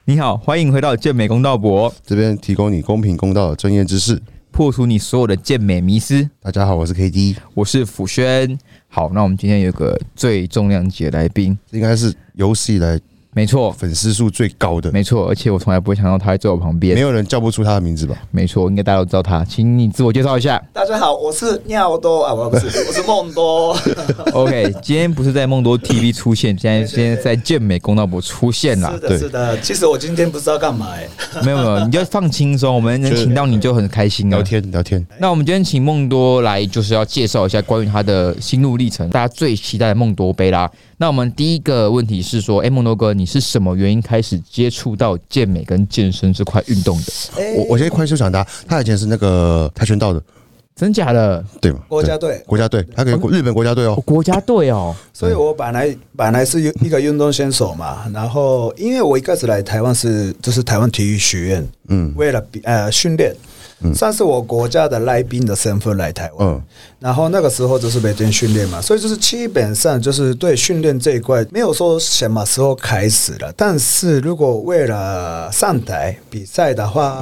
你好，欢迎回到健美公道博， 这边提供你公平公道的专业知识， 破除你所有的健美迷思。 大家好，我是 KD， 我是辅轩。好，那我们今天有个最重量级的来宾， 应该是有史以来没错， 粉丝数最高的， 没错，而且我从来不会想到他会在我旁边， 没有人叫不出他的名字吧？ 没错，应该大家都知道他，请你自我介绍一下。 大家好，我是尿多啊，我不是，我是梦多。 OK， 今天不是在梦多 TV 出现，现在在健美公道博出现了。 是的，是的。其实我今天不知道干嘛没有，你就放轻松，我们能请到你就很开心啊。 聊天。 那我们今天请梦多来，就是要介绍一下关于他的心路历程，大家最期待的梦多杯啦。那我们第一个问题是说，梦多哥，你是什么原因开始接触到健美跟健身这块运动的？ 我先快速抢答，他以前是那个跆拳道的， 真假的？ 对吗？ 国家队， 他给日本国家队哦， 国家队哦。 所以我本来是一个运动选手嘛，然后因为我一开始来台湾就是台湾体育学院，为了训练。算是我国家的来宾的身份来台湾，然后那个时候就是每天训练嘛，所以就是基本上就是对训练这一块没有说什么时候开始了，但是如果为了上台比赛的话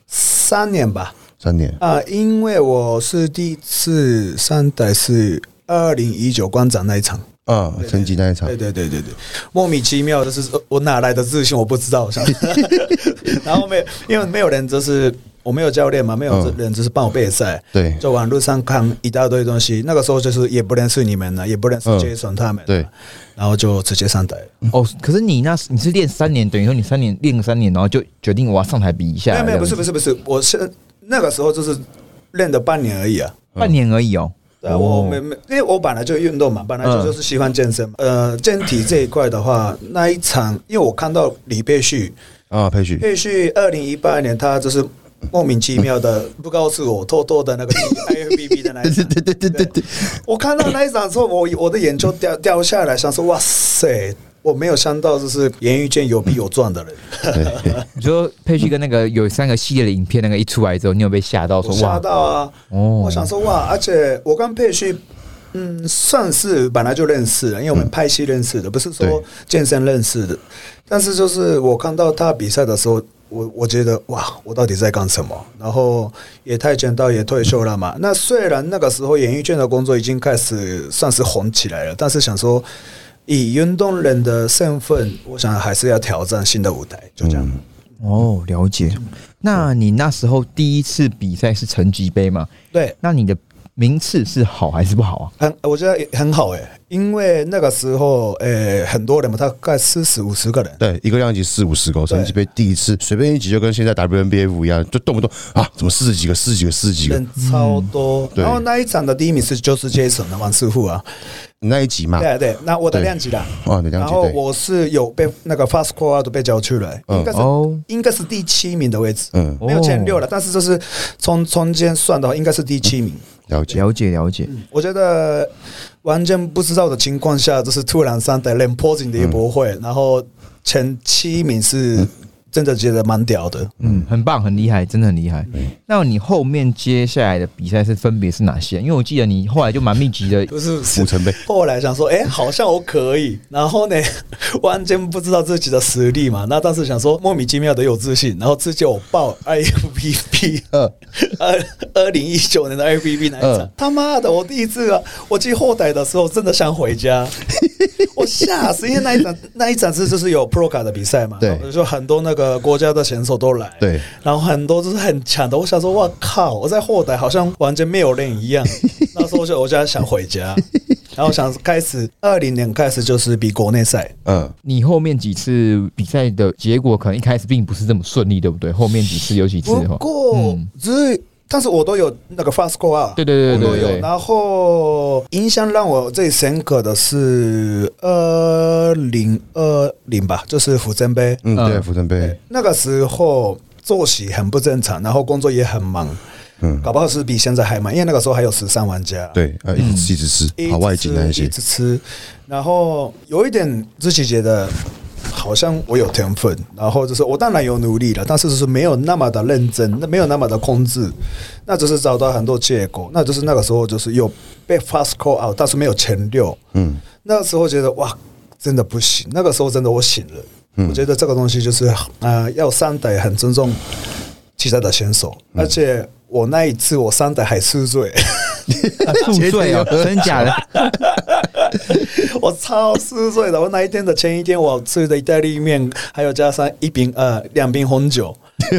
，3年吧，3年啊，因为我是第一次上台是2019馆长那一场。 成绩那一场， 对，莫名其妙，就是我哪来的自信，我不知道。然后因为没有人，就是我没有教练嘛，没有人就是帮我备赛， 对， 就网络上看一大堆东西。那个时候就是也不认识你们了，也不认识 Jason 他们，对，然后就直接上台。 哦，可是你是练3年，等于说你练了3年，然后就决定我要上台比一下。 没有，不是，我那个时候就是练了半年而已啊， 半年而已哦。 对，因为我本来就运动嘛，本来就是喜欢健身嘛。健体这一块的话，那一场，因为我看到李佩旭佩旭2018年他就是莫名其妙的不告诉我，偷偷的那个 IFBB 的那一场，对，我看到那一场之后，我的眼就掉下来，想说哇塞。我没有想到，就是演艺圈有比我赚的人。 你说佩旭跟那个有3个系列的影片，那个一出来之后，你有被吓到？说哇， 吓到啊！我想说哇，而且我跟佩旭，算是本来就认识了，因为我们拍戏认识的，不是说健身认识的。但是就是我看到他比赛的时候，我觉得哇，我到底在干什么？然后也跆拳道也退休了嘛。那虽然那个时候演艺圈的工作已经开始算是红起来了，但是想说。以运动人的身份，我想还是要挑战新的舞台，就这样。 哦，了解。那你那时候第一次比赛是成绩杯吗？ 对。 那你的名次是好还是不好啊？我觉得很好因为那个时候很多人嘛，大概40-50个人， 对，一个量级40-50个，成绩杯第一次随便一集就跟现在 WNBF 一样，就动不动怎么40几个， 人超多。然后那一场的第一名就是 Jason 的王师傅啊。 那一集嘛， 对，那我的量级啦，然后我是有被那个 Fast Core 都被叫出来，应该是第7名的位置，没有前6了，但是就是从中间算的话，应该是第7名。 了解。 我觉得完全不知道的情况下，就是突然上台连 posing 的也不会，然后前7名是。真的觉得蛮屌的， 很棒，很厉害，真的很厉害。那你后面接下来的比赛是分别是哪些？因为我记得你后来就蛮密集的， 不是 5成杯。 后来想说，好像我可以，然后呢，完全不知道自己的实力嘛。那当时想说，莫名其妙的有自信，然后直接我报 IFBB 2019年的 IFBB 那一场，他妈的，我第一次啊，我进后台的时候真的想回家，我吓死，因为那一场是就是有 Pro 卡的比赛嘛，对，就很多那个国家的选手都来，对，然后很多都是很强的。我想说，哇靠！我在后台好像完全没有人一样。那时候我就想回家，然后想开始20年开始就是比国内赛。 你后面几次比赛的结果可能一开始并不是这么顺利，对不对？后面几次有几次不过但是我都有那个 fast score 啊， 对， 我都有。然后印象让我最深刻的是2020吧，就是福珍杯。 对，福珍杯那个时候作息很不正常，然后工作也很忙。搞不好是比现在还忙，因为那个时候还有13玩家。 对，一直吃，跑外景那些， 一直吃。然后有一点自己觉得。好像我有天分，然后就是我当然有努力了，但是就是没有那么的认真，没有那么的控制，那只是找到很多借口，那就是那个时候就是有被 fast call out， 但是没有前6，那个时候觉得哇，真的不行，那个时候真的我醒了。 我觉得这个东西就是要三代很尊重其他的选手，而且我那一次我三代还宿醉。 宿醉哦，真假的？ 我超宿醉的。我那一天的前一天，我吃的意大利面，还有加上2瓶红酒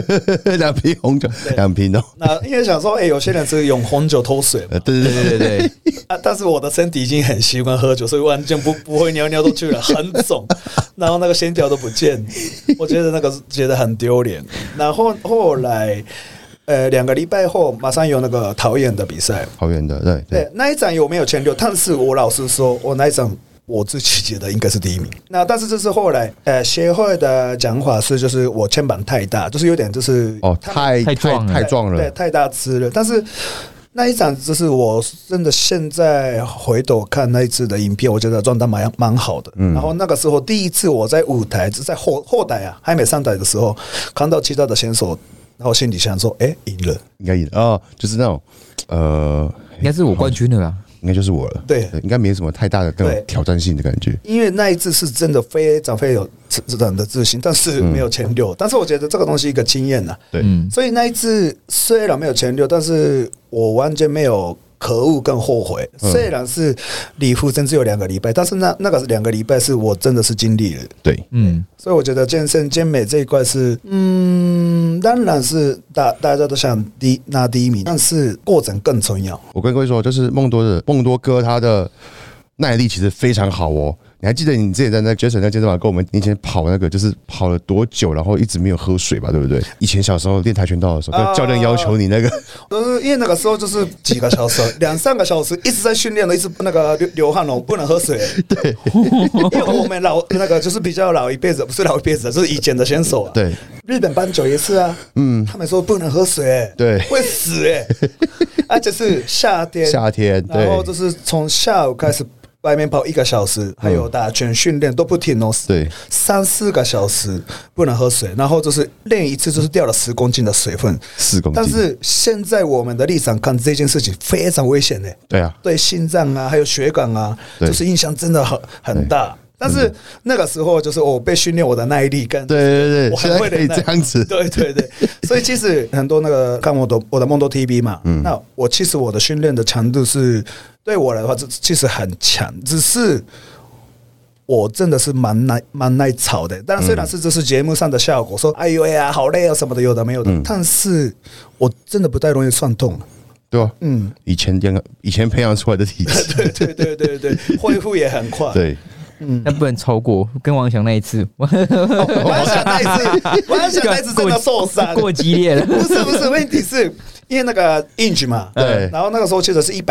，2瓶红酒，2瓶哦。 那因为想说，有些人是用红酒脱水嘛， 对但是我的身体已经很习惯喝酒，所以完全不会尿都去了，很肿，然后那个线条都不见，我觉得那个觉得很丢脸。然后后来。2个礼拜后，马上有那个桃园的比赛。 桃园的，对， 那一场有没有前6？但是我老实说，我那一场我自己觉得应该是第1名。那但是这是后来，协会的讲法是，就是我肩膀太大，就是有点就是太壮了， 对，太大只了。但是那一场就是我真的现在回头看那一次的影片，我觉得状态蛮好的。然后那个时候第一次我在舞台，在后台啊，还没上台的时候，看到其他的选手。然后心里想说，赢了， 应该赢了哦，就是那种应该是我冠军了啦， 应该就是我了， 对， 应该没什么太大的那种挑战性的感觉。 因为那一次是真的非常有的自信，但是没有前6。但是我觉得这个东西一个经验呐， 对， 所以那一次虽然没有前6，但是我完全没有。可恶，更后悔。虽然是离复真只有2个礼拜，但是那个2个礼拜是我真的是经历了。 对， 所以我觉得健美这一块是，当然是大家都想拿第1名，但是过程更重要。 我跟各位说，就是梦多哥他的耐力其实非常好哦。你还记得你之前在那 Jason 在健身房跟我们以前跑那个，就是跑了多久，然后一直没有喝水吧，对不对？以前小时候练跆拳道的时候，教练要求你那个， 因为那个时候就是几个小时，2-3个小时一直在训练的，一直那个流汗哦，不能喝水。 对， 因为我们那个就是比较老一辈子，不是老一辈子，就是以前的选手啊。 对， 日本搬酒也是啊，他们说不能喝水， 对， 会死而且是夏天，然后就是从下午开始。外面跑1个小时，还有打拳训练都不停哦， 对 ，3-4个小时不能喝水，然后就是练一次就是掉了10公斤的水分 ，10公斤。 但是现在我们的立场看这件事情非常危险的， 对啊， 对心脏啊，还有血管啊，就是影响真的很大。但是那个时候就是我被训练我的耐力跟对， 我很会可以这样子， 对，所以其实很多那个看我的梦多 TV 嘛，那其实我的训练的强度是对我来的话，其实很强，只是我真的是蛮耐吵的。但虽然是这是节目上的效果，说哎呦呀好累啊什么的，有的没有的，但是我真的不太容易酸痛。 对吧？以前培养出来的体质， 对，恢复也很快。 对。 但不能超过跟王翔那一次。 王翔那一次真的受伤， 过激烈了。 不是，问题是因为那个 inch 嘛， 对。 然后那个时候其实是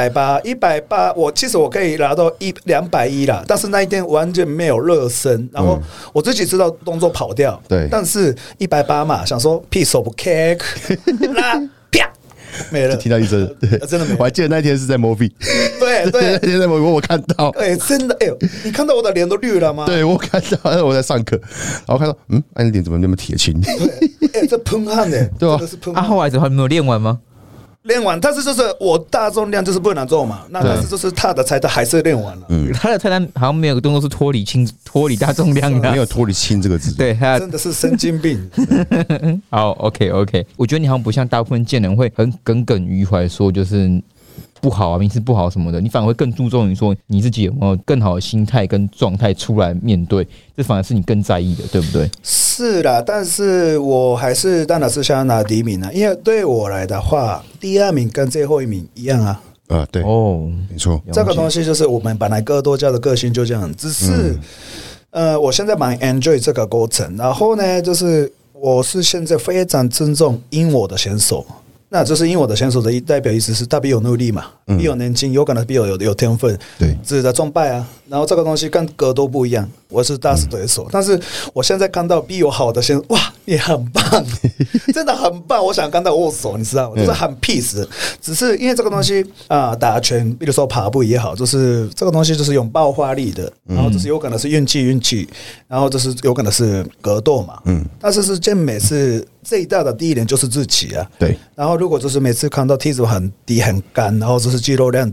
180，其实我可以拿到210啦，但是那一天完全没有热身，然后我自己知道动作跑掉， 对。 但是180嘛，想说 piece of cake， 啦，啪。没了， 听到一声，对， 真的没了。 我还记得那天是在 Movi， 对， 那天在 Movi 我看到， 真的，你看到我的脸都绿了吗？ 对，我看到，我在上课，然后看到，你脸怎么那么铁青？ 对，这喷汗的， 对吧？ 真的是喷汗。 后来怎么还没有练完吗？ 练完，但是就是我大重量就是不能做嘛，那但是就是他的菜单还是练完了。 他的菜单好像没有个动作是脱离大重量的， 没有脱离轻这个字。 对， 真的是神经病。 好 ，OK， 我觉得你好像不像大部分健人会很耿耿于怀，说就是不好啊，名次不好什么的，你反而会更注重于说你自己有没有更好的心态跟状态出来面对，这反而是你更在意的，对不对？ 是啦，但是我还是当然是想要拿第1名啊，因为对我来的话，第2名跟最后1名一样啊。 对没错， 这个东西就是我们本来哥多家的个性就这样，只是我现在蛮 enjoy 这个过程，然后呢，就是我是现在非常尊重赢我的选手。那就是因为我的选手的代表意思是他比我努力嘛，比我年轻，有可能比我有天分， 对， 值得崇拜啊。然后这个东西跟格斗不一样，我是大师对手，但是我现在看到比我好的选手，哇，你很棒，真的很棒。我想跟他握手，你知道吗？就是很 peace。只是因为这个东西打拳，比如说跑步也好，就是这个东西就是有爆发力的，然后就是有可能是运气，然后就是有可能是格斗嘛，但是健美是最大的第一点就是自己啊， 对。 然后如果就是每次看到体脂很低很干，然后就是肌肉量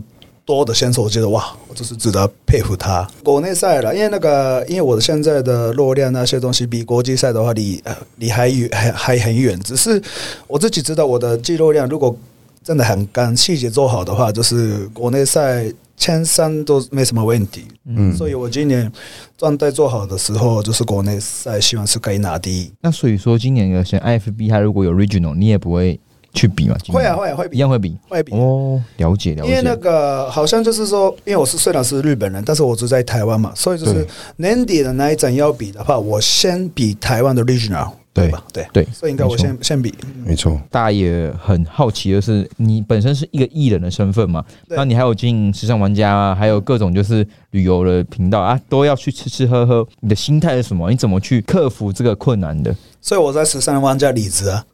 多的选手，我觉得哇，我就是值得佩服他。国内赛了，因为我的现在的肉量那些东西比国际赛的话离还很远，只是我自己知道我的肌肉量如果真的很干，细节做好的话，就是国内赛前3都没什么问题。所以我今年状态做好的时候，就是国内赛希望是可以拿第一。 那所以说，今年的像 IFB， 它如果有 Regional， 你也不会去比嘛？ 会比， 一样会比哦，了解。 因为那个好像就是说，因为我虽然是日本人，但是我住在台湾嘛，所以就是年底的那一站要比的话，我先比台湾的 Regional。对吧？对，所以应该我先比， 没错。 大家也很好奇的是，你本身是一个艺人的身份嘛？那你还有经营时尚玩家啊，还有各种就是旅游的频道啊，都要去吃吃喝喝。你的心态是什么？你怎么去克服这个困难的？ 所以我在时尚玩家离职啊，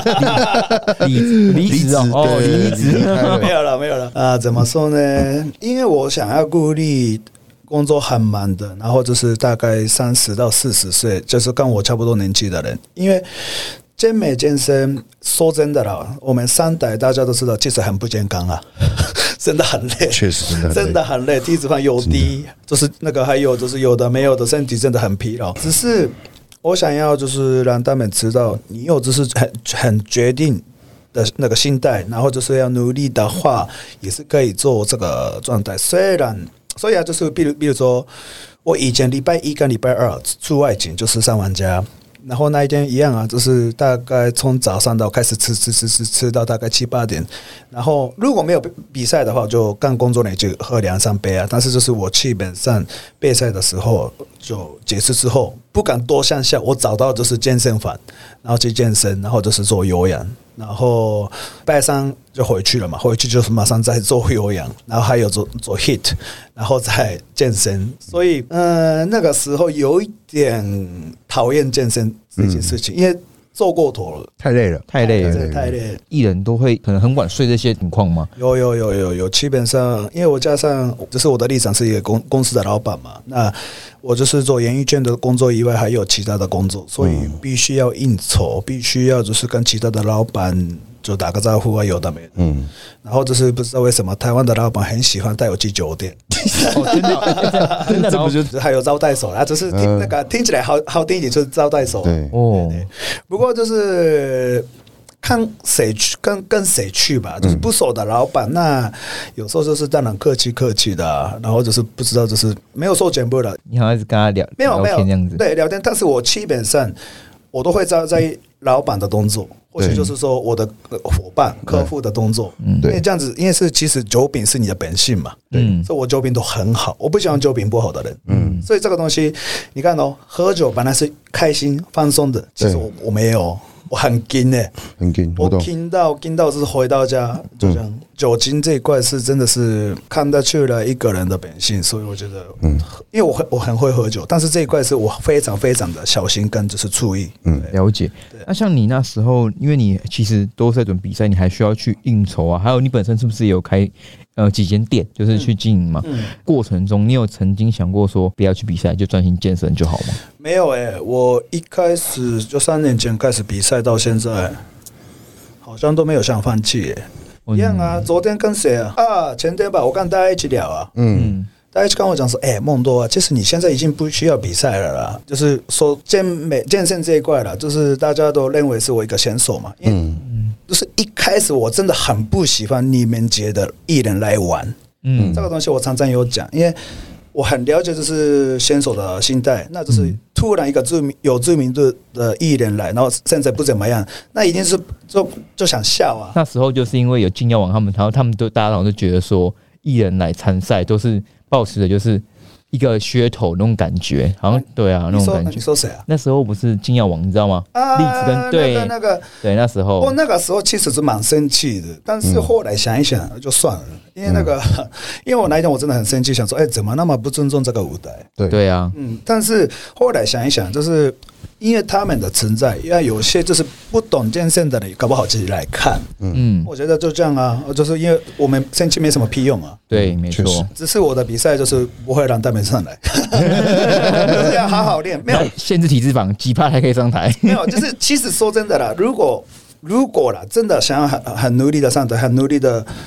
离职哦，离职没有了啊？怎么说呢？因为我想要鼓励工作很忙的，然后就是大概30到40岁，就是跟我差不多年纪的人。因为健美健身，说真的啦，我们3代大家都知道，其实很不健康啊，真的很累， 确实真的很累，体脂肪又低，就是那个还有就是有的没有的，身体真的很疲劳。只是我想要就是让他们知道，你有就是很决定的那个心态，然后就是要努力的话，也是可以做这个状态。所以就是比如说，我以前礼拜1跟礼拜2出外景就是上玩家，然后那一天一样啊，就是大概从早上到开始吃到大概7、8点，然后如果没有比赛的话，就刚工作呢就喝2、3杯啊。但是就是我基本上备赛的时候就结束之后，不敢多向下，我找到就是健身房，然后去健身，然后就是做有氧。然后拜3就回去了嘛，回去就是马上再做有氧，然后还有做 HIIT， 然后再健身。所以那个时候有一点讨厌健身这件事情，因为做过头了， 太累了。 艺人都会可能很晚睡这些情况吗？ 有，基本上因为我加上就是我的立场是一个公司的老板嘛，那我就是做演艺圈的工作以外，还有其他的工作，所以必须要应酬，必须要就是跟其他的老板就打个招呼啊，有的没的。然后就是不知道为什么台湾的老板很喜欢带我去酒店。真的，这不就还有招待所啊？就是那个听起来好听一点，就是招待所。 对。 不过就是看谁去，跟谁去吧。就是不熟的老板，那有时候就是当然客气的啊，然后就是不知道，就是没有说全部的。 你好像是跟他聊天这样子， 对，聊天。但是我基本上我都会在老板的动作。或许就是说我的伙伴、客户的动作，因为这样子，因为其实酒品是你的本性嘛，所以我酒品都很好，我不喜欢酒品不好的人，所以这个东西，你看哦，喝酒本来是开心放松的，其实我没有，我很紧欸，我听到是回到家就这样，酒精这一块是真的是看得出来一个人的本性，所以我觉得，因为我很会喝酒，但是这一块是我非常非常的小心跟就是注意， 了解。那像你那时候，因为你其实都在准比赛，你还需要去应酬啊，还有你本身是不是也有开几间店，就是去经营嘛？过程中你有曾经想过说不要去比赛，就专心健身就好吗？ 没有我一开始就3年前开始比赛到现在，好像都没有想放弃一样啊。昨天跟谁啊？前天吧，我跟大家一起聊啊。大家就跟我讲说，梦多啊，其实你现在已经不需要比赛了啦，就是说健身这一块了，就是大家都认为是我一个选手嘛。就是一开始我真的很不喜欢你们觉得艺人来玩，这个东西我常常有讲，因为我很了解就是选手的心态，那就是突然一个有知名度的艺人来，然后现在不怎么样，那一定是就想笑啊。 那时候就是因为有金耀王他们，然后他们都大家都觉得说，艺人来参赛都是抱持的就是一个噱头那种感觉，好像对啊那种感觉。 你说谁啊？ 那时候不是金耀王，你知道吗？栗子跟对那个对那时候， 那个时候其实是蛮生气的，但是后来想一想就算了，因为因为我那一天我真的很生气，想说，怎么那么不尊重这个舞台？ 对啊， 但是后来想一想，就是因为他们的存在，因为有些就是不懂健身的人，搞不好自己来看。我觉得就这样啊，就是因为我们生气没什么屁用啊。 对，没错。 只是我的比赛就是不会让他们上来，就是要好好练。没有限制体脂肪，几趴才可以上台。 没有，就是其实说真的啦，如果啦，真的想要很努力的上台，很努力的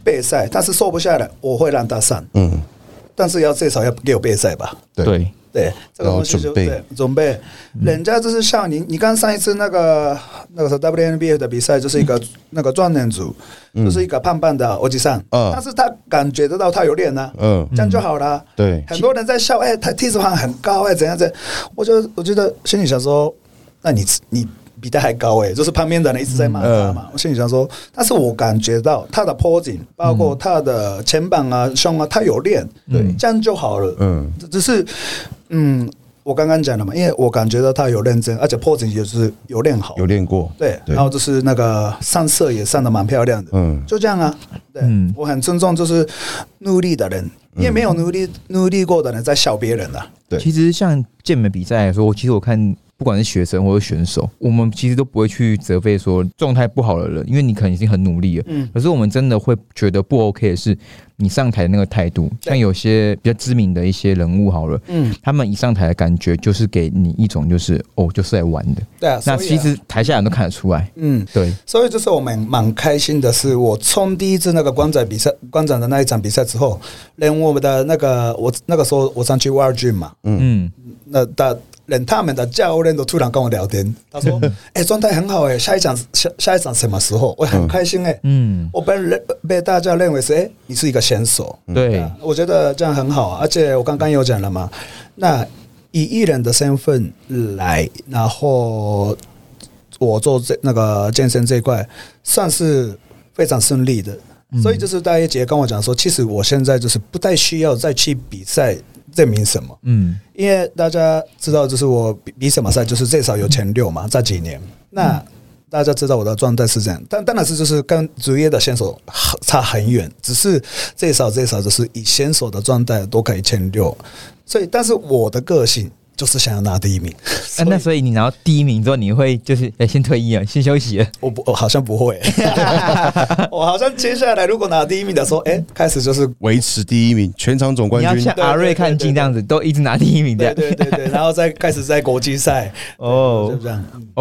备赛，但是瘦不下来，我会让他上，但是至少要给我备赛吧。 对， 这个东西就准备，人家就是像你刚上一次那个时候 WNBA 的比赛，就是一个那个壮年组，就是一个胖胖的欧吉桑，但是他感觉得到他有练啊，这样就好了。 对， 很多人在笑，他体脂肪很高，怎样怎样，我觉得心里想说，那你比他还高就是旁边的人一直在骂他嘛。我心里想说，但是我感觉到他的 posing， 包括他的前膀啊、胸啊，他有练，这样就好了。只是我刚刚讲了嘛，因为我感觉到他有认真，而且 posing 也是有练好， 有练过。对， 然后就是那个上色也上得蛮漂亮的。就这样啊。对，我很尊重就是努力的人，因为没有努力过的人在笑别人啊。 对， 其实像健美比赛来说，其实我看。不管是学生或者选手，我们其实都不会去责备说状态不好的人，因为你可能已经很努力了。可是我们真的会觉得不 OK 的是你上台的那个态度。像有些比较知名的一些人物好了，他们一上台的感觉就是给你一种就是就是来玩的。 对啊， 那其实台下人都看得出来。对。 所以就是我们蛮开心的是，我从第一次那个馆长的那一场比赛之后，连我们的那个我那个时候我上去 War Gym 嘛，连他们的教练都突然跟我聊天，他说：“状态很好下一场什么时候？”我很开心我被大家认为是你是一个选手， 对， 我觉得这样很好而且我刚刚有讲了嘛，那以艺人的身份来，然后我做那个健身这一块，算是非常顺利的。所以就是大一姐跟我讲说，其实我现在就是不太需要再去比赛。证明什么？因为大家知道，就是我比什么赛，就是最少有前6嘛，这几年。那大家知道我的状态是这样，但当然是就是跟职业的选手差很远，只是最少就是以选手的状态都可以前6。所以，但是我的个性就是想要拿第一名。 那所以你拿到第一名之后，你会就是先退役了，先休息了？ 我好像不会，我好像接下来如果拿第一名的时候，开始就是维持第一名，全场总冠军。 你要像阿瑞看金这样子，都一直拿第一名的。 对，然后再开始在国际赛就这样。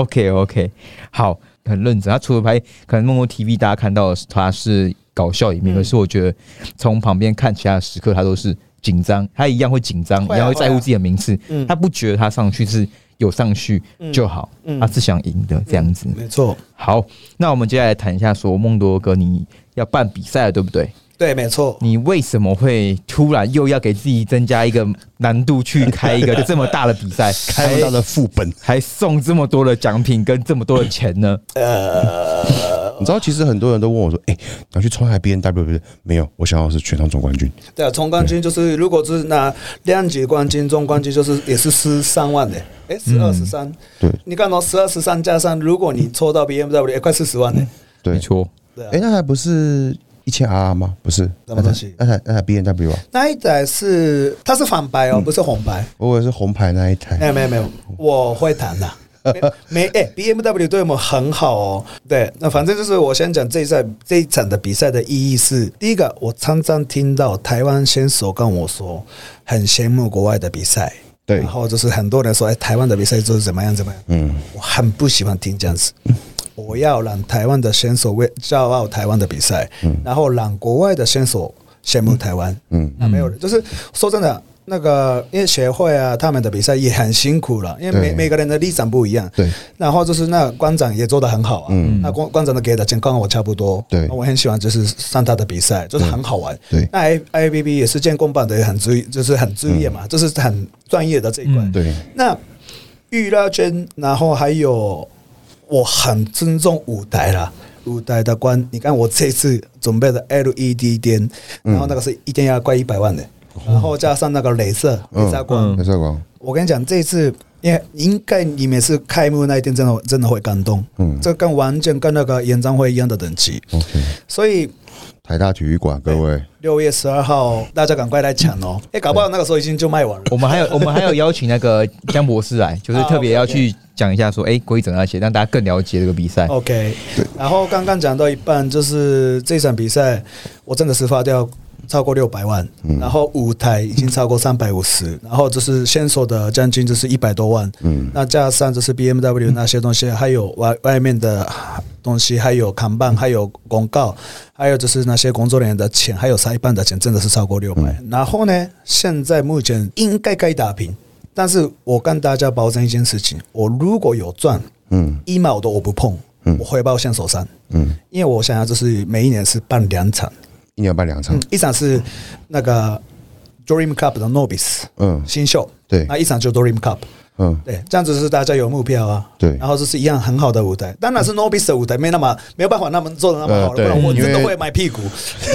OK， 好，很认真。他除了拍可能梦梦 TV 大家看到的他是搞笑一面，可是我觉得从旁边看其他的时刻，他都是紧张，他一样会紧张，一样会在乎自己的名次。他不觉得他上去是有上去就好，他是想赢的这样子。 没错。 好，那我们接下来谈一下，说梦多哥你要办比赛了，对不对？ 对，没错。 你为什么会突然又要给自己增加一个难度，去开一个这么大的比赛， 开这么大的副本， 还送这么多的奖品跟这么多的钱呢？ 你知道，其实很多人都问我说：“你要去冲海 BNW 不是？”没有，我想要的是全场总冠军。 对啊，总冠军就是如果是拿2级冠军、总冠军，就是也是13万12、13。对，你看12、13加上，如果你抽到 BMW， 也快40万对， 没错。 那还不是1000RR 吗？不是， 什么东西？ 那台 BMW 啊？ 那一台是它是反白不是红白。 我以为是红牌那一台。 没有，我会弹的。BMW 对我们很好对，那反正就是我先讲这一场的比赛的意义是，第一个，我常常听到台湾选手跟我说，很羡慕国外的比赛，对，然后就是很多人说，台湾的比赛就是怎么样，我很不喜欢听这样子。我要让台湾的选手为骄傲台湾的比赛，然后让国外的选手羡慕台湾。那没有人，就是说真的。那个，因为协会啊，他们的比赛也很辛苦了，因为每个人的立场不一样。对，然后就是那馆长也做得很好那馆长的给的钱跟我差不多。对，我很喜欢就是上他的比赛，就是很好玩。对，那 IFBB 也是建工办的，也很就是很专业嘛，就是很专业的这一块。对，那娱乐圈，然后还有我很尊重舞台啦。舞台的你看我这次准备的 LED 灯，然后那个是一天要快100万的。然后加上那个雷射光，我跟你讲，这次因为应该你每次开幕那一天真的会感动，这跟完全跟那个演唱会一样的等级。所以台大体育馆，各位 6月12号，大家赶快来抢搞不好那个时候已经就卖完了。 我们还有邀请那个江博士来，就是特别要去讲一下说，规则那些，让大家更了解这个比赛。 OK， 然后刚刚讲到一半，就是这场比赛我真的是发掉。超过600万，然后舞台已经超过350，然后就是选手的奖金就是100多万，那加上就是 BMW 那些东西，还有外面的东西，还有看板，还有广告，还有就是那些工作人员的钱，还有塞班的钱，真的是超过600。然后呢，现在目前应该可以打平，但是我跟大家保证一件事情，我如果有赚，1毛我不碰，我回报先手3，因为我想要就是每一年是办2场 ，1年办2场， 一场是那个 Dream Cup 的 Nobis，新秀， 对， 那一场就 Dream Cup。对，这样子是大家有目标啊， 对， 然后这是一样很好的舞台，当然是 Nobis 的舞台没有办法做的那么好了，不然我真的会买屁股。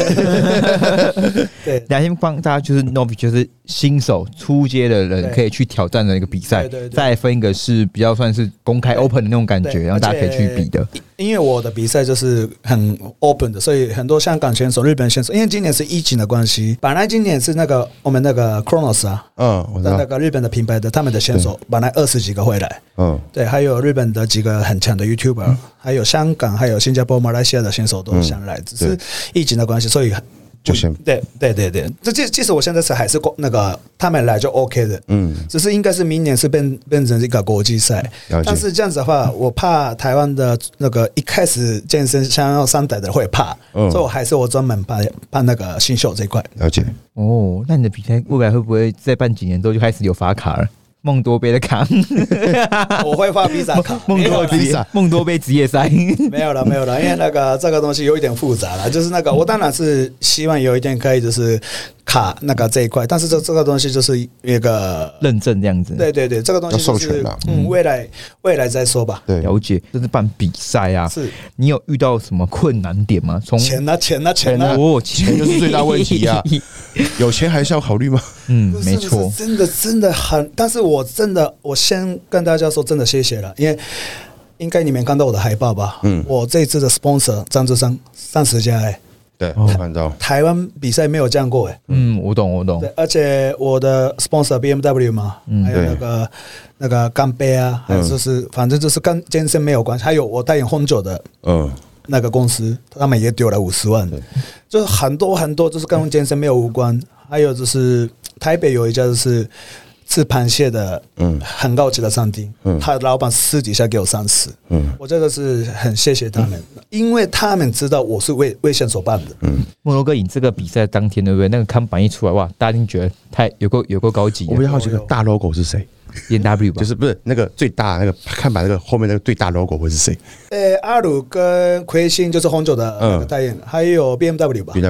对， 先帮大家就是 Nobis 就是新手初阶的人可以去挑战的一个比赛，再分一个是比较算是公开 open 的那种感觉，然后大家可以去比的。 因为我的比赛就是很 open 的，所以很多香港选手、日本选手，因为今年是疫情的关系，本来今年是我们那个 Chronos 啊， 我知道那个日本的品牌的他们的选手，本来20几个会来，对，还有日本的几个很强的 YouTuber，还有香港、还有新加坡、马来西亚的选手都想来，只是疫情的关系，所以。 就先对，这即使我现在还是那个他们来就 OK 的，只是应该是明年是变成一个国际赛，但是这样子的话，我怕台湾的那个一开始健身想要上台的会怕，所以我专门办那个新秀这一块。 了解。 哦，那你的比赛未来会不会再办几年之后就开始有发卡了？梦多杯的卡， 我会发比赛卡。 梦多杯职业赛没有了，因为这个东西有一点复杂了。就是我当然是希望有一点可以就是卡这一块，但是这个东西就是一个认证这样子。 对，这个东西就是未来再说吧。 对，了解。这是办比赛啊， 是你有遇到什么困难点吗？ 钱啊，钱就是最大问题啊！有钱还是要考虑吗？ 没错， 真的很，但是我先跟大家说，真的谢谢了，因为应该你们看到我的海报吧？我这一次的 sponsor 赞助商30家对，我看到台湾比赛没有这样过我懂。 对，而且我的 sponsor BMW 嘛，还有那个干杯啊，还有就是反正就是跟健身没有关系，还有我代言红酒的那个公司，他们也丢了50万，就是很多就是跟健身没有无关，还有就是台北有一家就是吃螃蟹的，很高级的餐厅，他的老板私底下给我30，我这个是很谢谢他们，因为他们知道我是为选手办的。 莫罗哥，你这个比赛当天对不对？那个看板一出来，哇，大家一定觉得太有够高级。 我比较好奇，这个大 logo 是谁 ？BMW 吧， 就是不是那个最大那个看板那个后面那个最大 logo 会是谁？ 阿鲁跟魁星就是红酒的那个代言，还有 BMW 吧。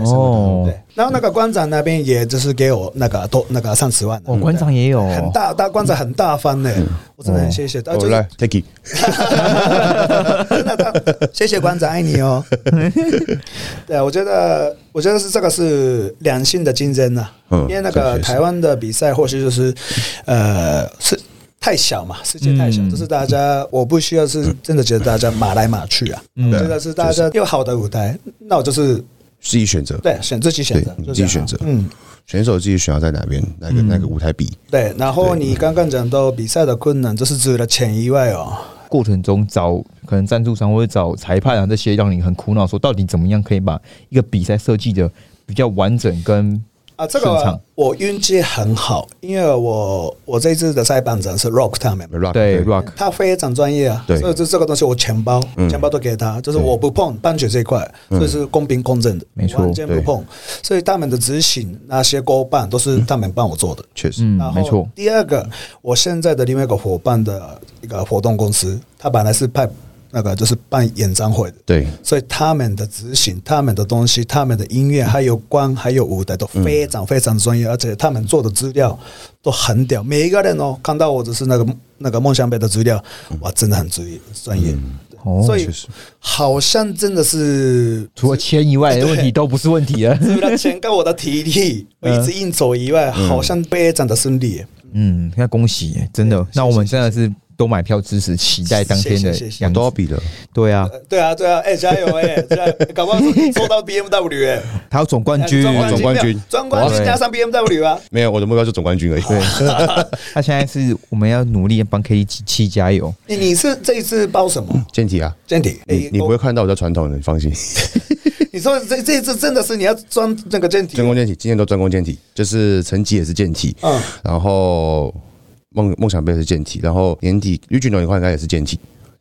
BMW 对，然后那个馆长那边也就是给我那个30万。 馆长也有很大馆长很大方呢，我真的很谢谢。 我来 take it， 真的，谢谢馆长，爱你哦。对，我觉得是这个是良性的竞争呐，因为那个台湾的比赛或许就是是太小嘛，世界太小，就是大家我不需要是真的觉得大家马来马去啊，我觉得是大家有好的舞台，那我就是自己选择， 对，自己选择， 自己选择，选手自己选要在哪边那个舞台比。 对，然后你刚刚讲到比赛的困难，就是除了钱以外过程中找可能赞助商或者找裁判啊这些，让你很苦恼，说到底怎么样可以把一个比赛设计的比较完整跟这个我运气很好，因为我这次的赛班长是 Rock 他们， 对 Rock， 他非常专业啊，所以这个东西我钱包都给他，就是我不碰颁奖这一块，所以是公平公正的， 没错， 完全不碰，所以他们的执行那些勾办都是他们帮我做的， 确实， 没错。 第二个，我现在的另外一个伙伴的一个活动公司，他本来是派那个就是办演唱会的， 对， 所以他们的执行、他们的东西、他们的音乐，还有光、还有舞台都非常非常专业，而且他们做的资料都很屌。每一个人看到我就是那个梦想杯的资料，哇，真的很专业。所以好像真的是除了钱以外的问题都不是问题了。 除了钱跟我的体力，我一直应酬以外，好像非常的顺利。 那恭喜，真的。那我们真的是都买票支持，期待当天的样子。 都要比的， 对啊，加油搞不好做到 BMW 他有总冠军加上 BMW 啊， 没有，我的目标是总冠军而已。 对，他现在是我们要努力帮 KT7加油。 你是这一次包什么？ 健体啊， 健体， 你不会看到我叫传统的，你放心。 你说这一次真的是你要专那个健体， 专攻健体，今天都专攻健体，就是成绩也是健体，然后梦想杯是健体，然后年底Regional的话应该也是健体，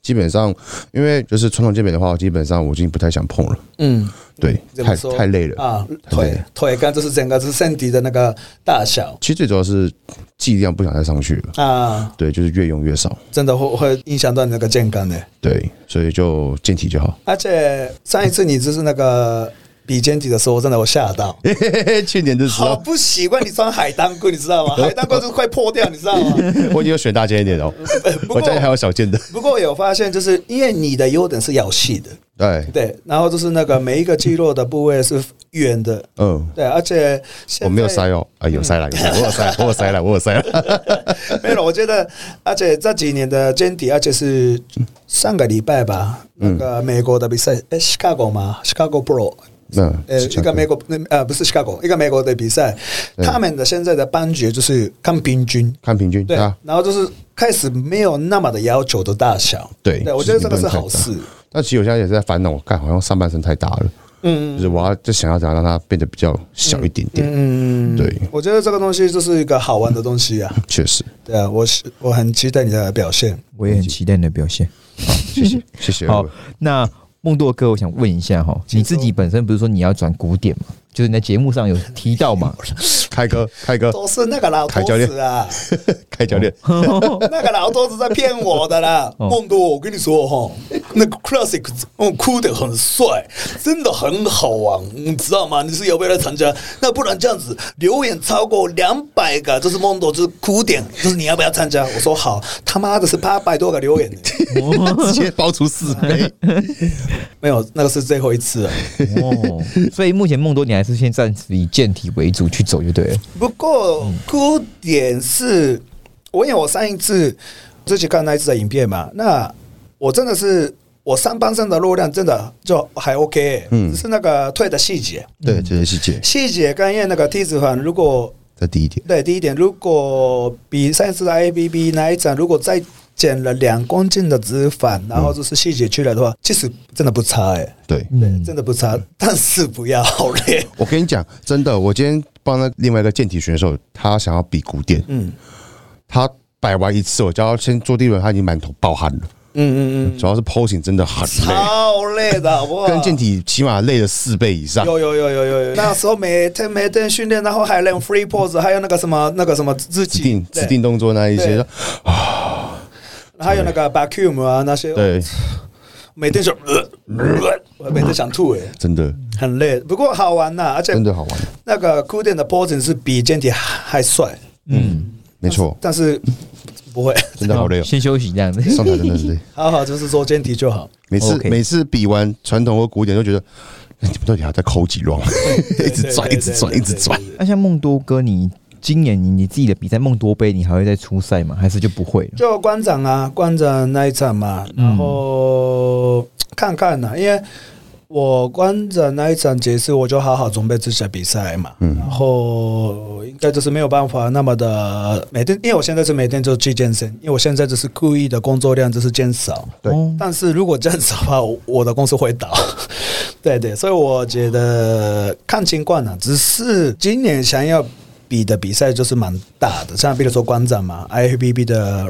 基本上因为就是传统健美的话，基本上我已经不太想碰了。对，太累了啊， 腿干就是整个是身体的那个大小。 其实最主要是剂量不想再上去了啊，对，就是越用越少， 真的会影响到你那个健康的。 对，所以就健体就好。 而且上一次你就是那个比肩体的时候，真的我吓到。 去年的时候， 好不习惯你穿海滩裤，你知道吗？海滩裤就是快破掉，你知道吗？ 我已经有选大件一点哦，我家里还有小件的。 不过有发现，就是因为你的优点是咬细的。对，然后就是那个每一个肌肉的部位是圆的，对，而且我没有塞哦，有塞了，我有塞了， 没有，我觉得，而且这几年的肩体，而且是上个礼拜吧，那个美国的比赛，Chicago 嘛 ，Chicago Pro。一个美国不是 Chicago， 一个美国的比赛，他们的现在的班级就是看平均，对，然后就是开始没有那么的要求的大小，对，我觉得这个是好事。 但其实我现在也是在烦恼，我看好像上半身太大了，就是我要就想要怎样让它变得比较小一点点，对， 我觉得这个东西就是一个好玩的东西啊， 确实， 对啊，我很期待你的表现， 我也很期待你的表现， 好，谢谢。 好，那梦多哥，我想问一下哈，你自己本身不是说你要转古典嘛？就是你在节目上有提到嘛？ 开哥都是那个老头子啊， 开教练， 那个老头子在骗我的啦。梦多，我跟你说哈，那个 Classic 哭得很帅，真的很好玩，你知道吗？你是要不要来参加？那不然这样子，留言超过200个，就是梦多，就是哭点，就是你要不要参加？我说好，他妈的是800多个留言， 直接爆出4倍， 没有，那个是最后一次了。 所以目前梦多你还是先暂时以健体为主去走就对了。 不过哭点是，因为我上一次自己看那一次的影片嘛，那我真的是我上半身的肉量真的就还 OK，只是那个腿的细节， 对，这些细节跟因为那个体脂肪如果再低一点， 对，低一点，如果比上一次的 IFBB 那一场如果再减了2公斤的脂肪，然后就是细节去了的话，其实真的不差对， 真的不差，但是不要好累。 我跟你讲，真的，我今天帮那另外一个健体选手，他想要比古典，他摆完一次，我叫他先做第一轮，他已经满头爆汗了。主要是 posing 真的很累， 超累的，好不好？ 跟健体起码累了4倍以上。 有，那时候每天训练，然后还练 free pose， 还有那个什么指定动作那一些啊，还有那个 vacuum 啊那些， 对， 每天就我每天想吐真的很累，不过好玩呐，而且真的好玩。 那个古典的 posing 是比健体还帅， 没错， 但是不会， 真的好累哦。 先休息这样子， 上台真的是累。 好，就是做健体就好。 每次比完传统或古典，就觉得你们到底还在抠几 round， 一直转。 那像梦多哥，你今年你自己的比赛梦多杯，你还会再出赛吗？还是就不会了？ 就馆长那一场嘛，然后看看因为我馆长那一场结束，我就好好准备这些比赛嘛，然后应该就是没有办法那么的每天，因为我现在是每天就去健身，因为我现在就是故意的工作量就是减少， 对， 但是如果这样子的话，我的公司会倒，对，所以我觉得看情况只是今年想要比的比赛就是蛮大的，像比如说馆长嘛 ，IFBB 的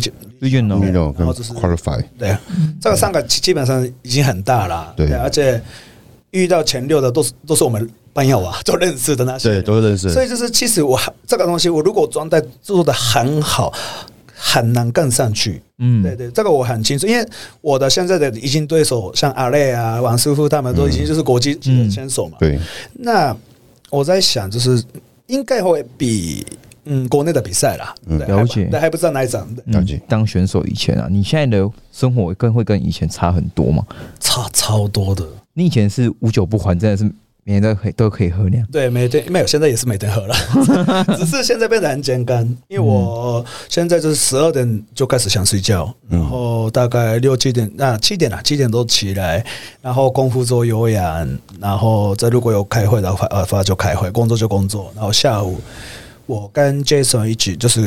Regional 跟 Qualify， 对，这个3个基本上已经很大了，对，而且遇到前6的都是我们朋友啊，都认识的那些， 对，都是认识。 所以就是其实我这个东西，我如果状态做得很好，很难跟上去。对，这个我很清楚，因为我的现在的已经对手像阿累啊、王师傅他们都已经就是国际级的选手嘛。 对， 那我在想就是。应该会比国内的比赛啦， 了解， 但还不知道哪一场。 了解。 当选手以前啊，你现在的生活会跟以前差很多吗？ 差超多的。 你以前是无酒不欢，真的是每天都可以喝量。 对，每天没有，现在也是每天喝了，只是现在变得很简单。因为我现在就是12点就开始想睡觉，然后大概6、7点，那7点都起来，然后功夫做有氧，然后再如果有开会的话就开会，工作就工作，然后下午我跟 Jason 一起就是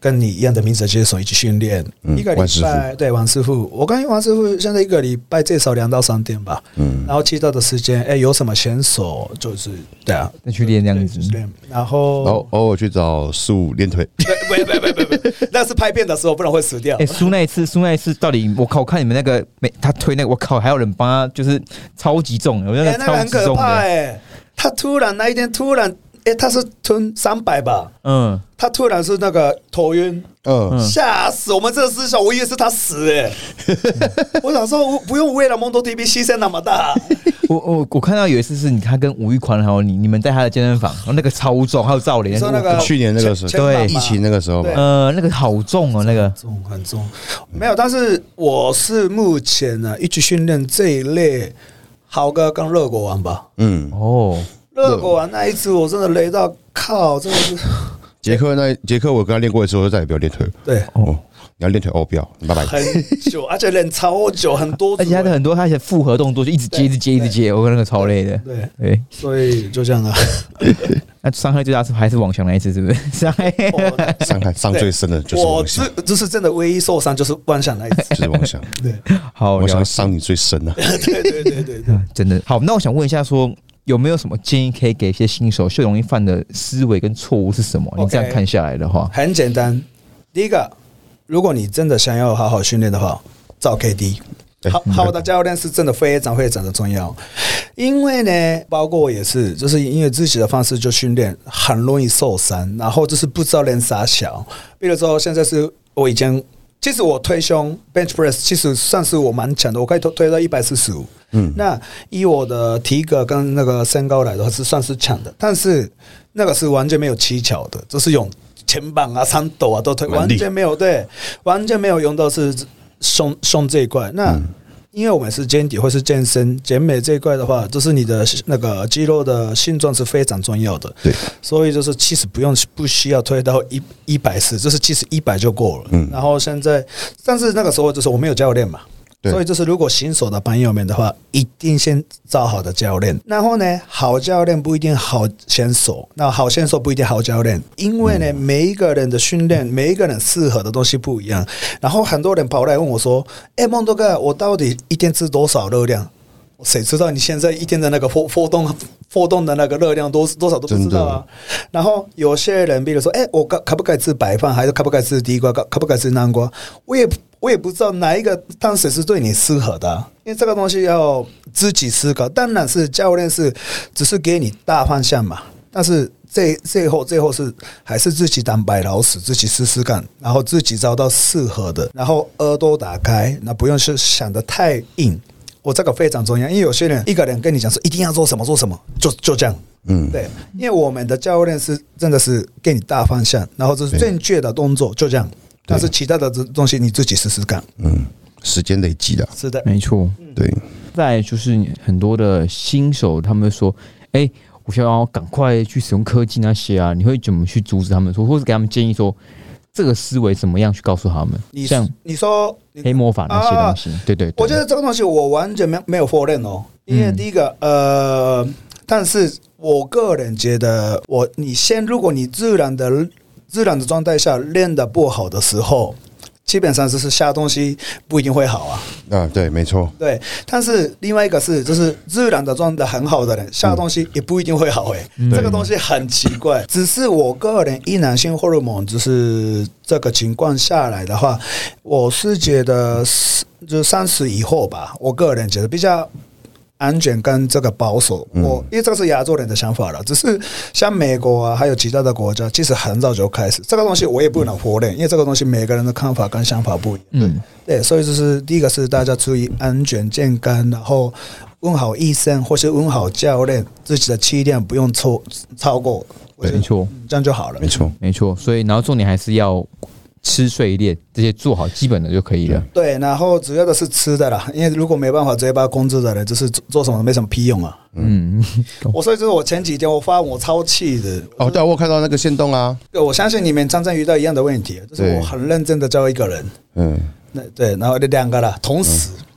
跟你一样的名字的接手一起训练，一个礼拜。对，王师傅，我跟王师傅现在一个礼拜最少2到3天吧。然后其他的时间，有什么选手就是对啊， 再去练这样子。 然后偶尔去找树练腿。 不，那是拍片的时候，不然会死掉。 苏那一次到底，我靠！我看你们那个他推那个，我靠，还有人帮他，就是超级重，我觉得那个很可怕他突然那一天他是吞300吧？他突然是那个头晕，吓死我们这个师兄，我以为是他死我想说不用为了蒙多 TV 牺牲那么大。 我看到有一次是他跟吴玉宽还有你们在他的健身房，然后那个超重，还有赵连， 那个去年那个时候，对，疫情那个时候， 那个好重哦，那个很重，没有。但是我是目前呢一起训练这一类，豪哥跟热狗王吧，热狗王那一次我真的累到靠，真的是。杰克我跟他练过一次，我就再也不要练腿了。 对你要练腿不要，拜拜。 很久，而且练超久，很多， 而且他的很多他的复合动作就一直接，我跟那个超累的。 对，所以就这样啊。 那伤害最大是还是王翔那一次，是不是？伤最深的就是王翔。 这是真的唯一受伤就是王翔那一次， 就是王翔。 对， 好， 我想伤你最深啊。 对， 真的好。那我想问一下说。有没有什么建议可以给一些新手最容易犯的思维跟错误是什么？你这样看下来的话， 很简单。第一个，如果你真的想要好好训练的话，找 KD。好的教练是真的非常非常的重要，因为呢，包括我也是，就是因为自己的方式就训练，很容易受伤，然后就是不知道练啥小。比如说，现在是我以前。其实我推胸 bench press 其实算是我蛮强的，我可以推到145。那以我的体格跟那个身高来的话，是算是强的，但是那个是完全没有技巧的，就是用前膀啊、三斗啊都推，完全没有完全没有用到是胸这一块。那因为我们是肩底或是健身健美这一块的话，就是你的那个肌肉的性状是非常重要的。 对， 所以就是其实不需要推到140，就是其实100就够了。然后现在，但是那个时候就是我没有教练嘛。所以就是如果新手的朋友们的话，一定先找好的教练。然后呢，好教练不一定好选手，那好选手不一定好教练，因为呢，每一个人的训练，每一个人适合的东西不一样。然后很多人跑来问我说：“孟多哥，我到底一天吃多少热量？”谁知道你现在一天的那个波动的那个热量多少都不知道啊。然后有些人，比如说，我可不可以吃白饭，还是可不可以吃地瓜，可不可以吃南瓜？我也不知道哪一个碳水是对你适合的因为这个东西要自己思考。当然是教练只是给你大方向嘛，但是最后是还是自己当白老鼠，自己试试看，然后自己找到适合的，然后耳朵打开，那不用是想得太硬。这个非常重要，因为有些人一个人跟你讲说一定要做什么，就这样。对，因为我们的教练是真的是给你大方向，然后这是正确的动作，就这样。但是其他的东西你自己试试看。 时间累积的， 是的， 没错。 对。 再来就是很多的新手，他们说，我想要赶快去使用科技那些啊，你会怎么去阻止他们说，或是给他们建议说？这个思维怎么样去告诉他们？像你说黑魔法那些东西，对， 我觉得这个东西我完全没有否认因为第一个但是我个人觉得，如果你自然的状态下练得不好的时候。基本上就是下东西不一定会好对，没错。 对，但是另外一个就是自然的状态很好的人下东西也不一定会好这个东西很奇怪。只是我个人一男性荷尔蒙就是这个情况下来的话，我是觉得就30以后吧，我个人觉得比较。安全跟这个保守，因为这个是亚洲人的想法了。只是像美国啊，还有其他的国家，其实很早就开始这个东西，我也不能否认，因为这个东西每个人的看法跟想法不一样。对，所以就是第一个是大家注意安全健康，然后问好医生或是问好教练，自己的气量不用超过， 没错， 这样就好了。 没错。所以然后重点还是要。吃睡练这些做好基本的就可以了。 对，然后主要的是吃的啦，因为如果没办法直接把它控制的人，就是做什么没什么屁用啊。所以就是我前几天我发我超气的。 对，我看到那个限动啊。 我相信你们常常遇到一样的问题，就是我很认真的教一个人。对，然后2个啦，同时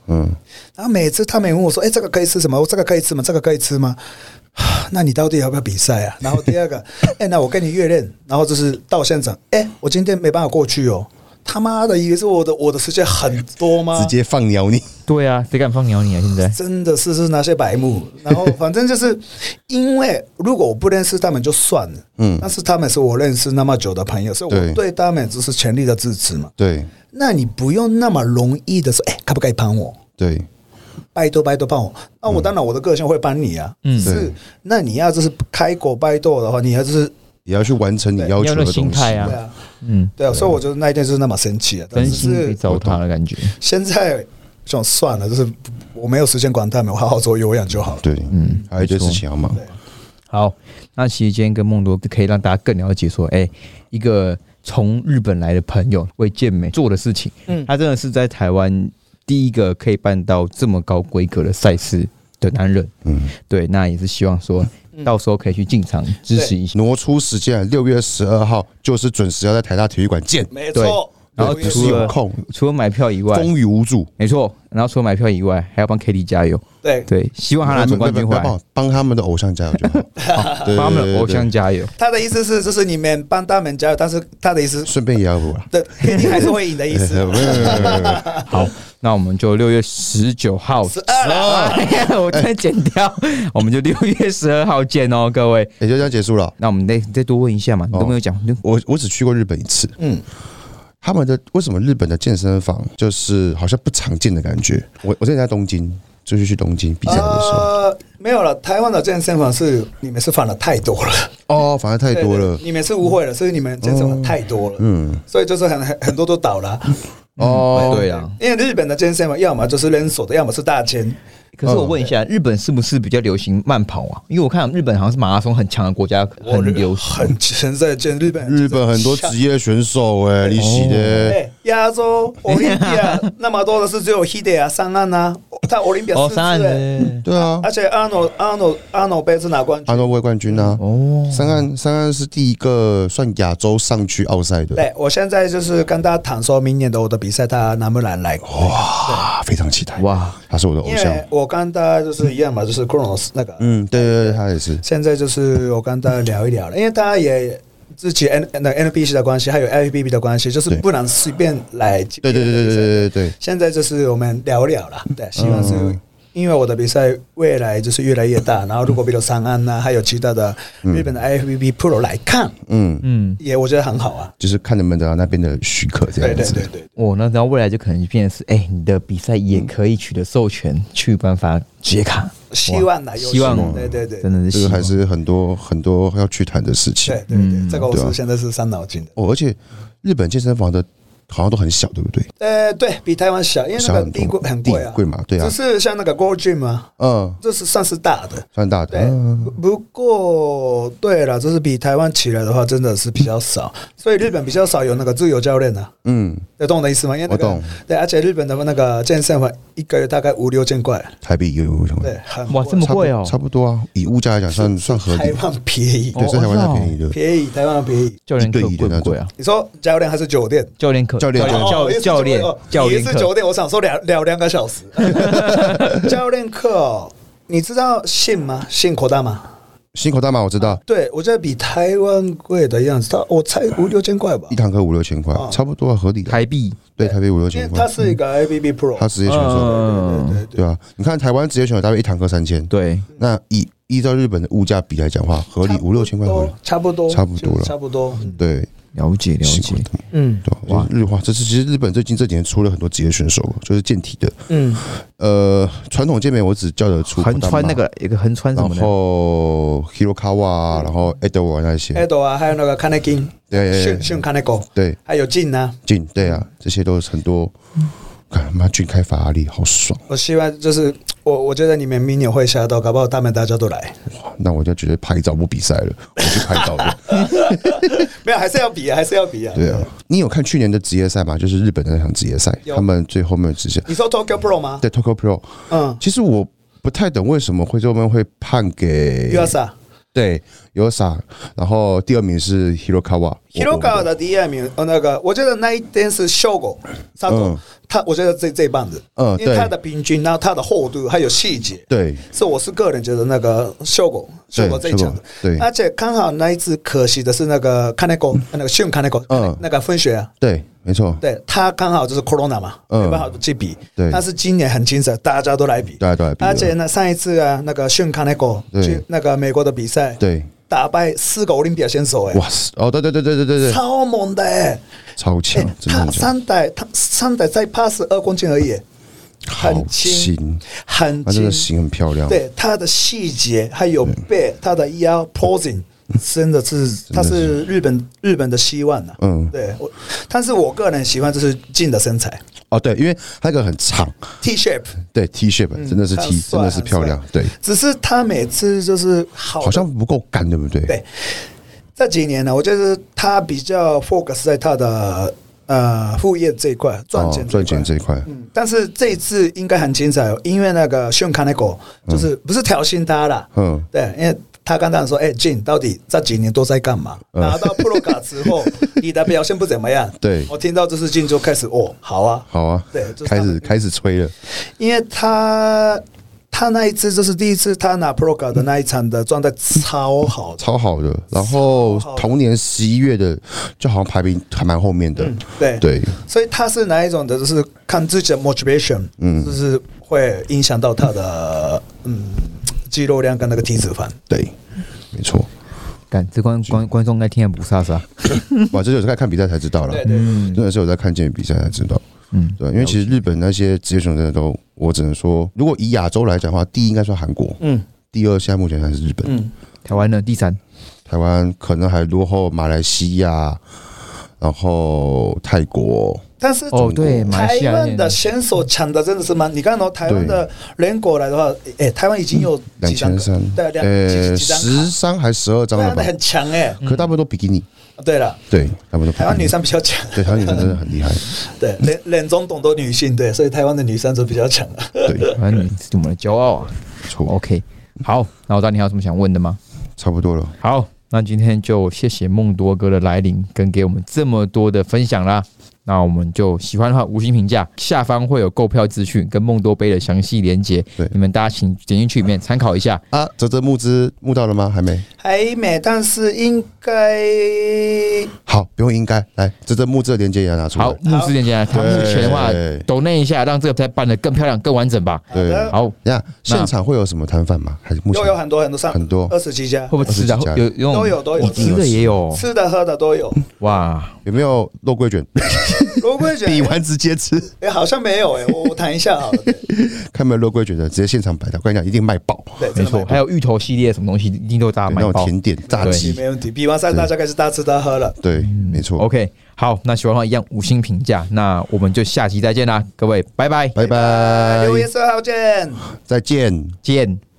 然后每次他们问我说：“这个可以吃什么？这个可以吃吗？这个可以吃吗？”那你到底要不要比赛啊？然后第二个，那我跟你约练，然后就是到现场，我今天没办法过去哦。他妈的，以为是我的时间很多吗？ 直接放鸟你。 对啊，谁敢放鸟你啊？现在真的是那些白目。然后反正就是因为如果我不认识他们就算了，但是他们是我认识那么久的朋友，所以我对他们只是全力的支持嘛。 对， 那你不用那么容易的说，可不可以帮我？ 对。 拜托帮我，那我当然我的个性会帮你啊，是。那你要就是开口拜托的话，你要就是也要去完成你要求的东西， 心态啊， 对啊，所以我觉得那一天就是那么生气啊， 真心被糟蹋的感觉。 现在就算了，就是我没有时间管他们，我好好做有氧就好了。 对，还有一堆事情要忙。 好，那其实今天跟梦多可以让大家更了解说，一个从日本来的朋友为健美做的事情，他真的是在台湾第一个可以办到这么高规格的赛事的男人，对，那也是希望说到时候可以去进场支持一下， 挪出时间，6月12号就是准时要在台大体育馆见， 没错。 然后除了买票以外， 风雨无阻， 没错。然后除了买票以外，还要帮 KD 加油，对，希望他拿总冠军回来， 帮他们的偶像加油就好， 帮他们的偶像加油。 他的意思是，就是你们帮他们加油，但是他的意思顺便也要补了， 对，KD 还是会赢的意思。 好，那我们就6月19号12，我再剪掉，我们就6月12号见哦，各位。 也就这样结束了。 那我们再多问一下嘛，你都没有讲。 我只去过日本一次，他们的为什么日本的健身房就是好像不常见的感觉？我之前在东京，就是去东京比赛的时候， 没有了。台湾的健身房是你们是犯了太多了反而太多了， 你们是误会了，所以你们健身房太多了，所以就是很多都倒了。 对啊， 因为日本的健身房要么就是连锁的，要么是大间。 可是我问一下，日本是不是比较流行慢跑啊？因为我看日本好像是马拉松很强的国家，很流行。 现在见日本很多职业选手你洗的亚洲奥林匹亚那么多的是只有 Hide 啊上岸啊，他奥林匹亚4次对啊， 而且阿诺杯是拿冠军， 阿诺杯冠军啊。上岸是第一个算亚洲上去奥赛的。 对，我现在就是跟他谈说明年的我的比赛他能不能来。 哇，非常期待哇，他是我的偶像。 我跟他就是一样嘛，就是 Kronos 那个， 对，他也是。 现在就是我跟他聊一聊了，因为他也自己 NBC 的关系，还有 FBB 的关系，就是不能随便来。 对。 现在就是我们聊一聊了，对，希望是因为我的比赛未来就是越来越大，然后如果比如上岸还有其他的日本的 IFBB Pro 来看，也我觉得很好啊， 就是看能不能得到那边的许可这样子。 对。 那然后未来就可能变成是，你的比赛也可以取得授权，去办法职业卡。 希望对， 真的是这个还是很多要去谈的事情。 对，这个我现在是伤脑筋的。 而且日本健身房的好像都很小，对不对？ 对比台湾小，因为那个地很贵啊， 贵嘛，对啊。 只是像那个 Gold Gym 啊，这是算是大的， 算大的。 不过对了，就是比台湾起来的话，真的是比较少，所以日本比较少有那个自由教练啊。有懂我的意思吗？因为那个对，而且日本的那个健身房一个月大概5-6千块， 台币1-6千块， 对， 哇，这么贵哦， 差不多啊。以物价来讲，算合理。 台湾便宜， 对，在台湾太便宜了， 便宜，台湾便宜。 教练课贵不贵啊？ 你说教练还是酒店？ 教练课， 教练也是酒店。我想说聊2个小时。教练课，你知道信吗？信口大吗？ 信口大麻我知道， 对，我觉得比台湾贵的样子，我猜5-6千块吧， 一堂课5-6千块，差不多合理的台币， 对，台币5-6千块。 它是一个 IFBB Pro， 他职业选手，对吧？你看台湾职业选手大概一堂课3000， 对， 那依照日本的物价比来讲的话，合理5-6千块， 差不多了，差不多， 对。 了解， 对，日化，这是其实日本最近这几年出了很多职业选手，就是健体的，传统健美我只叫得出横川那个一个横川什么的， 然后 Hirokawa， 然后 Edo 那些 ，Edo 啊，还有那个 Kaneki， 对， 训 Kaneko， 对， 还有俊啊， 对啊，这些都是很多。干妈俊开法拉利好爽！ 我希望就是我觉得你们明年会下到，搞不好他们大家都来。 哇，那我就觉得拍照不比赛了，我去拍照的。 没有，还是要比啊， 对啊，你有看去年的职业赛吗？就是日本的那场职业赛，他们最后面的职业。 你说 Tokyo Pro 吗？ 对 ，Tokyo Pro。其实我不太懂为什么最后面会判给 USA。 对 ，USA， 然后第2名是 Hirokawa 的第2名，那个我觉得那一天是秀狗， 我觉得最棒的，因为它的平均，然后它的厚度还有细节， 对， 我是个人觉得那个效果最强的， 对， 而且刚好那一次可惜的是那个Kaneko那个Shun Kaneko 那个分学啊， 对，没错， 对，他刚好就是 Corona 嘛，没办法去比， 对， 但是今年很精彩，大家都来比，而且呢上一次啊那个Shun Kaneko 去那个美国的比赛， 对。 打败4个奥林匹亚选手哇塞！哦，对， 超猛的超强！ 他三代在82公斤而已，很轻，很轻， 他的型很漂亮。 对，他的细节还有背，他的腰 posing， 真的是他是日本的希望啊。对，但是我个人喜欢就是静的身材。 哦，对，因为他那个很长 T shape， 对 T shape 真的是 T， 真的是漂亮。对， 只是他每次就是好像不够干，对不对？ 对，这几年呢，我觉得他比较 focus 在他的副业这一块，赚钱这一块。 但是这一次应该很精彩，因为那个 Shun Kaneko 就是不是挑衅他啦，对，因为他刚刚说，Jin 到底这几年都在干嘛？拿到 Pro 卡之后，你的表现不怎么样。 对， 我听到这事情就开始好啊，对， 开始吹了。 因为他那一次就是第一次他拿 Pro 卡的那一场的状态超好的，然后同年11月的就好像排名还蛮后面的，对， 所以他是哪一种的，就是看自己的 motivation，就是会影响到他的肌肉量跟那个体脂肪， 对，没错。 这观众应该听得不飒飒， 哇，这就是在看比赛才知道了，真的是有在看健美比赛才知道，对，因为其实日本那些职业选手真的都，我只能说，如果以亚洲来讲的话，第一应该算韩国，第二现在目前还是日本， 台湾呢第3， 台湾可能还落后马来西亚，然后泰国。 但是对， 台湾的选手抢的真的是蛮，你看台湾的人过来的话，台湾已经有 2300， 对 ，13还12张了吧， 很强可大部分都比基尼。 对了， 对，大部分都台湾女生比较强， 对，台湾女生真的很厉害， 对，连总统都女性，对，所以台湾的女生就比较强了， 对， 台湾女是我们的骄傲啊， 错 ，OK， 好，那我知道你还有什么想问的吗？ 差不多了， 好，那今天就谢谢梦多哥的来临，跟给我们这么多的分享啦。那我们就喜欢的话5星评价，下方会有购票资讯跟梦多杯的详细连结，你们大家请点进去里面参考一下啊。泽募资募到了吗？还没， 但是应该好，不用应该来泽募资的连结也要拿出来。 好，募资连结，他目前的话donate一下，让这个比赛办得更漂亮、更完整吧。 对， 好， 现场会有什么摊贩吗？还是目前有很多20几家， 会不会吃的都有， 吃的也有， 吃的喝的都有。 哇， 有没有肉桂卷？ 肉桂卷比完直接吃， 好像没有我谈一下好了。 看有没有肉桂卷的，直接现场摆的，我跟你讲，一定卖爆。 对， 没错，还有芋头系列什么东西，一定都大家卖爆。 那种甜点、炸鸡没问题。比完赛大家开始大吃大喝了。 对，没错。 OK， 好，那喜欢的话一样5星评价，那我们就下期再见啦，各位，拜拜， 拜拜，6 月12号见， 再见。